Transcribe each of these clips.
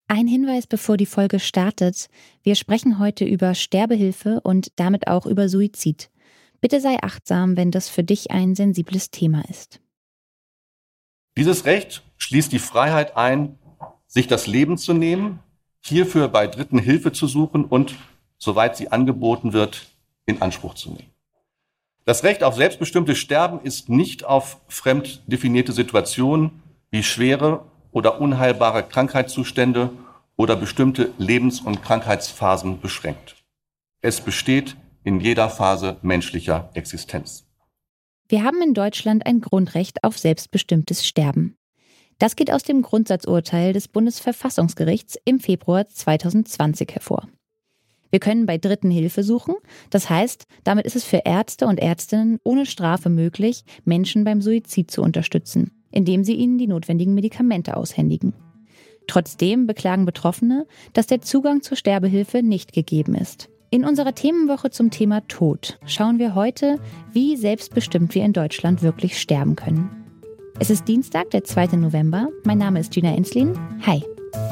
Ein Hinweis, bevor die Folge startet. Wir sprechen heute über Sterbehilfe und damit auch über Suizid. Bitte sei achtsam, wenn das für dich ein sensibles Thema ist. Dieses Recht schließt die Freiheit ein, sich das Leben zu nehmen, hierfür bei Dritten Hilfe zu suchen und, soweit sie angeboten wird, in Anspruch zu nehmen. Das Recht auf selbstbestimmtes Sterben ist nicht auf fremd definierte Situationen wie schwere oder unheilbare Krankheitszustände oder bestimmte Lebens- und Krankheitsphasen beschränkt. Es besteht in jeder Phase menschlicher Existenz. Wir haben in Deutschland ein Grundrecht auf selbstbestimmtes Sterben. Das geht aus dem Grundsatzurteil des Bundesverfassungsgerichts im Februar 2020 hervor. Wir können bei Dritten Hilfe suchen, das heißt, damit ist es für Ärzte und Ärztinnen ohne Strafe möglich, Menschen beim Suizid zu unterstützen, indem sie ihnen die notwendigen Medikamente aushändigen. Trotzdem beklagen Betroffene, dass der Zugang zur Sterbehilfe nicht gegeben ist. In unserer Themenwoche zum Thema Tod schauen wir heute, wie selbstbestimmt wir in Deutschland wirklich sterben können. Es ist Dienstag, der 2. November. Mein Name ist Gina Enslin. Hi.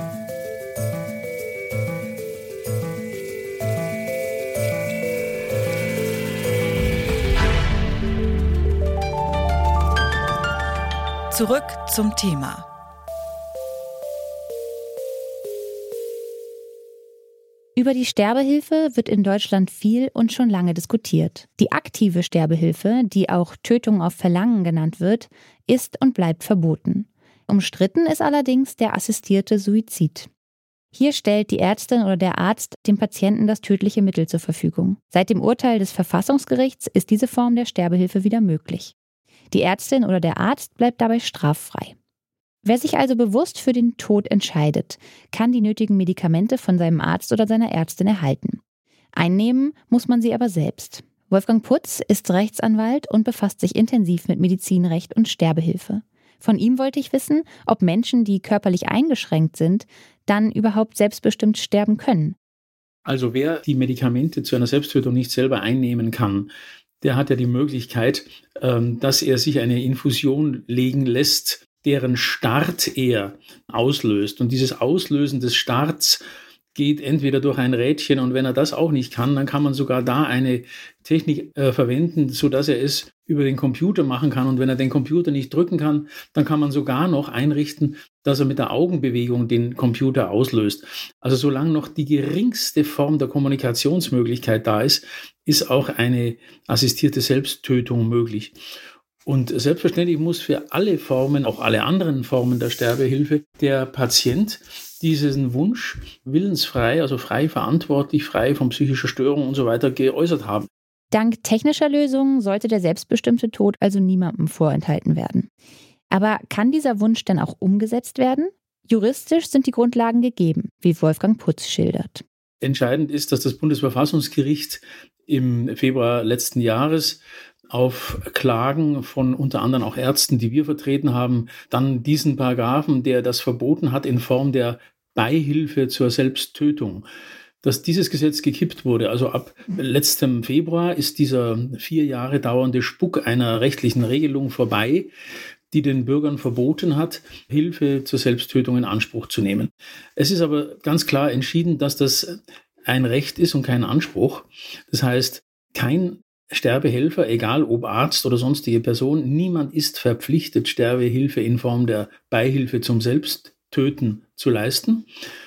Zurück zum Thema. Über die Sterbehilfe wird in Deutschland viel und schon lange diskutiert. Die aktive Sterbehilfe, die auch Tötung auf Verlangen genannt wird, ist und bleibt verboten. Umstritten ist allerdings der assistierte Suizid. Hier stellt die Ärztin oder der Arzt dem Patienten das tödliche Mittel zur Verfügung. Seit dem Urteil des Verfassungsgerichts ist diese Form der Sterbehilfe wieder möglich. Die Ärztin oder der Arzt bleibt dabei straffrei. Wer sich also bewusst für den Tod entscheidet, kann die nötigen Medikamente von seinem Arzt oder seiner Ärztin erhalten. Einnehmen muss man sie aber selbst. Wolfgang Putz ist Rechtsanwalt und befasst sich intensiv mit Medizinrecht und Sterbehilfe. Von ihm wollte ich wissen, ob Menschen, die körperlich eingeschränkt sind, dann überhaupt selbstbestimmt sterben können. Also wer die Medikamente zu einer Selbsttötung nicht selber einnehmen kann, der hat ja die Möglichkeit, dass er sich eine Infusion legen lässt, deren Start er auslöst. Und dieses Auslösen des Starts geht entweder durch ein Rädchen, und wenn er das auch nicht kann, dann kann man sogar da eine Technik verwenden, sodass er es über den Computer machen kann. Und wenn er den Computer nicht drücken kann, dann kann man sogar noch einrichten, dass er mit der Augenbewegung den Computer auslöst. Also solange noch die geringste Form der Kommunikationsmöglichkeit da ist, ist auch eine assistierte Selbsttötung möglich. Und selbstverständlich muss für alle Formen, auch alle anderen Formen der Sterbehilfe, der Patient diesen Wunsch willensfrei, also frei verantwortlich, frei von psychischer Störung und so weiter geäußert haben. Dank technischer Lösungen sollte der selbstbestimmte Tod also niemandem vorenthalten werden. Aber kann dieser Wunsch denn auch umgesetzt werden? Juristisch sind die Grundlagen gegeben, wie Wolfgang Putz schildert. Entscheidend ist, dass das Bundesverfassungsgericht im Februar letzten Jahres auf Klagen von unter anderem auch Ärzten, die wir vertreten haben, dann diesen Paragraphen, der das verboten hat in Form der Beihilfe zur Selbsttötung, dass dieses Gesetz gekippt wurde. Also ab letztem Februar ist dieser 4 Jahre dauernde Spuk einer rechtlichen Regelung vorbei, die den Bürgern verboten hat, Hilfe zur Selbsttötung in Anspruch zu nehmen. Es ist aber ganz klar entschieden, dass das ein Recht ist und kein Anspruch. Das heißt, kein Sterbehelfer, egal ob Arzt oder sonstige Person, niemand ist verpflichtet, Sterbehilfe in Form der Beihilfe zum Selbsttöten zu leisten.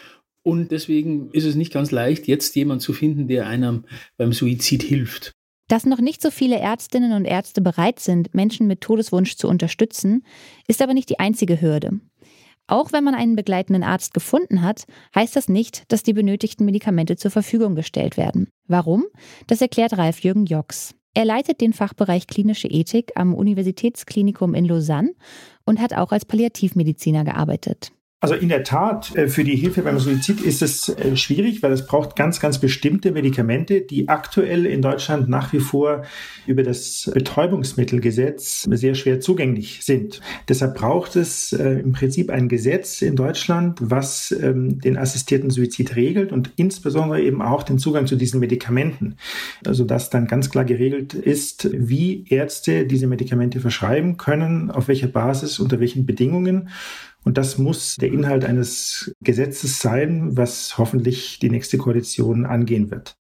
Und deswegen ist es nicht ganz leicht, jetzt jemanden zu finden, der einem beim Suizid hilft. Dass noch nicht so viele Ärztinnen und Ärzte bereit sind, Menschen mit Todeswunsch zu unterstützen, ist aber nicht die einzige Hürde. Auch wenn man einen begleitenden Arzt gefunden hat, heißt das nicht, dass die benötigten Medikamente zur Verfügung gestellt werden. Warum? Das erklärt Ralf-Jürgen Jox. Er leitet den Fachbereich Klinische Ethik am Universitätsklinikum in Lausanne und hat auch als Palliativmediziner gearbeitet. Also in der Tat, für die Hilfe beim Suizid ist es schwierig, weil es braucht ganz, ganz bestimmte Medikamente, die aktuell in Deutschland nach wie vor über das Betäubungsmittelgesetz sehr schwer zugänglich sind. Deshalb braucht es im Prinzip ein Gesetz in Deutschland, was den assistierten Suizid regelt und insbesondere eben auch den Zugang zu diesen Medikamenten. Also dass dann ganz klar geregelt ist, wie Ärzte diese Medikamente verschreiben können, auf welcher Basis, unter welchen Bedingungen. Und das muss der Inhalt eines Gesetzes sein, was hoffentlich die nächste Koalition angehen wird.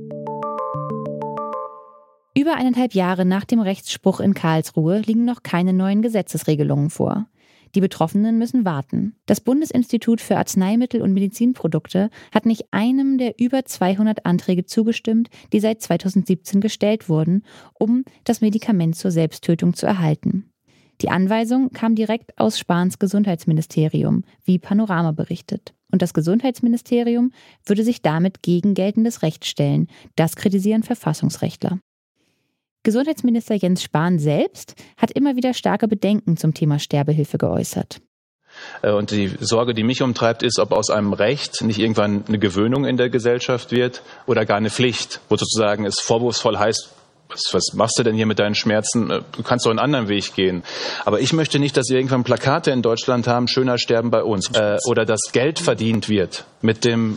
Über 1,5 Jahre nach dem Rechtsspruch in Karlsruhe liegen noch keine neuen Gesetzesregelungen vor. Die Betroffenen müssen warten. Das Bundesinstitut für Arzneimittel und Medizinprodukte hat nicht einem der über 200 Anträge zugestimmt, die seit 2017 gestellt wurden, um das Medikament zur Selbsttötung zu erhalten. Die Anweisung kam direkt aus Spahns Gesundheitsministerium, wie Panorama berichtet. Und das Gesundheitsministerium würde sich damit gegen geltendes Recht stellen. Das kritisieren Verfassungsrechtler. Gesundheitsminister Jens Spahn selbst hat immer wieder starke Bedenken zum Thema Sterbehilfe geäußert. Und die Sorge, die mich umtreibt, ist, ob aus einem Recht nicht irgendwann eine Gewöhnung in der Gesellschaft wird oder gar eine Pflicht, wo sozusagen es vorwurfsvoll heißt, was machst du denn hier mit deinen Schmerzen? Du kannst doch einen anderen Weg gehen. Aber ich möchte nicht, dass wir irgendwann Plakate in Deutschland haben, schöner sterben bei uns. Oder dass Geld verdient wird mit dem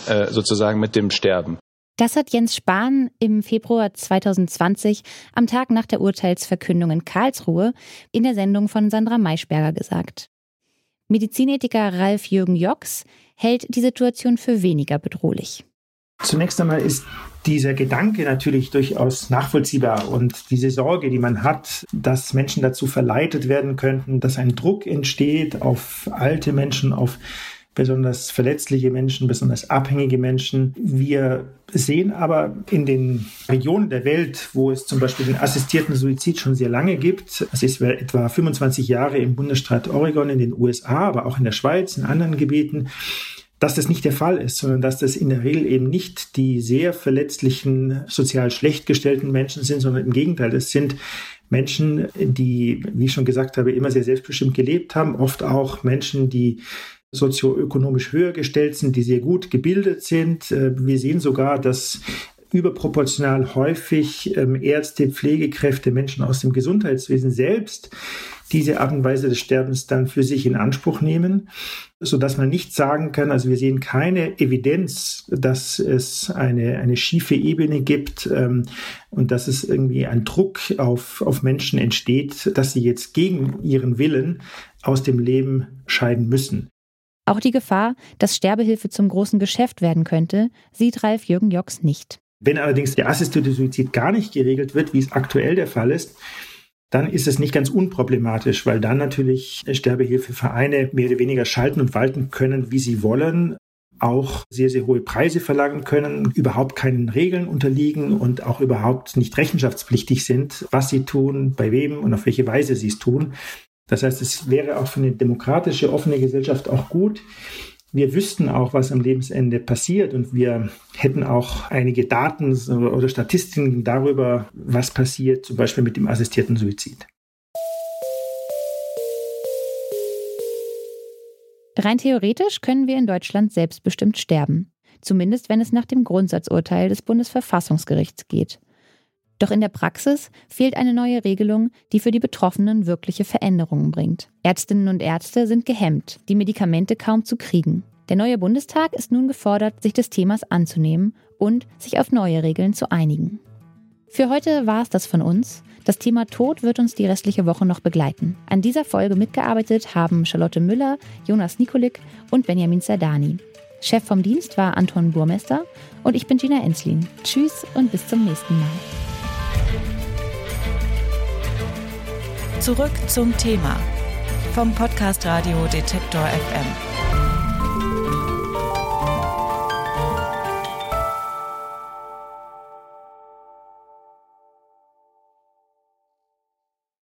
Sterben. Das hat Jens Spahn im Februar 2020 am Tag nach der Urteilsverkündung in Karlsruhe in der Sendung von Sandra Maischberger gesagt. Medizinethiker Ralf-Jürgen Jox hält die Situation für weniger bedrohlich. Zunächst einmal ist dieser Gedanke natürlich durchaus nachvollziehbar und diese Sorge, die man hat, dass Menschen dazu verleitet werden könnten, dass ein Druck entsteht auf alte Menschen, auf besonders verletzliche Menschen, besonders abhängige Menschen. Wir sehen aber in den Regionen der Welt, wo es zum Beispiel den assistierten Suizid schon sehr lange gibt, es ist etwa 25 Jahre im Bundesstaat Oregon in den USA, aber auch in der Schweiz, in anderen Gebieten, dass das nicht der Fall ist, sondern dass das in der Regel eben nicht die sehr verletzlichen, sozial schlecht gestellten Menschen sind, sondern im Gegenteil, das sind Menschen, die, wie ich schon gesagt habe, immer sehr selbstbestimmt gelebt haben, oft auch Menschen, die sozioökonomisch höher gestellt sind, die sehr gut gebildet sind. Wir sehen sogar, dass überproportional häufig Ärzte, Pflegekräfte, Menschen aus dem Gesundheitswesen selbst diese Art und Weise des Sterbens dann für sich in Anspruch nehmen, sodass man nicht sagen kann, also wir sehen keine Evidenz, dass es eine schiefe Ebene gibt und dass es irgendwie ein Druck auf Menschen entsteht, dass sie jetzt gegen ihren Willen aus dem Leben scheiden müssen. Auch die Gefahr, dass Sterbehilfe zum großen Geschäft werden könnte, sieht Ralf-Jürgen Jox nicht. Wenn allerdings der assistierte Suizid gar nicht geregelt wird, wie es aktuell der Fall ist, dann ist es nicht ganz unproblematisch, weil dann natürlich Sterbehilfevereine mehr oder weniger schalten und walten können, wie sie wollen, auch sehr, sehr hohe Preise verlangen können, überhaupt keinen Regeln unterliegen und auch überhaupt nicht rechenschaftspflichtig sind, was sie tun, bei wem und auf welche Weise sie es tun. Das heißt, es wäre auch für eine demokratische, offene Gesellschaft auch gut. Wir wüssten auch, was am Lebensende passiert und wir hätten auch einige Daten oder Statistiken darüber, was passiert, zum Beispiel mit dem assistierten Suizid. Rein theoretisch können wir in Deutschland selbstbestimmt sterben. Zumindest wenn es nach dem Grundsatzurteil des Bundesverfassungsgerichts geht. Doch in der Praxis fehlt eine neue Regelung, die für die Betroffenen wirkliche Veränderungen bringt. Ärztinnen und Ärzte sind gehemmt, die Medikamente kaum zu kriegen. Der neue Bundestag ist nun gefordert, sich des Themas anzunehmen und sich auf neue Regeln zu einigen. Für heute war es das von uns. Das Thema Tod wird uns die restliche Woche noch begleiten. An dieser Folge mitgearbeitet haben Charlotte Müller, Jonas Nikolik und Benjamin Zerdani. Chef vom Dienst war Anton Burmester und ich bin Gina Enslin. Tschüss und bis zum nächsten Mal. Zurück zum Thema vom Podcast Radio Detektor FM.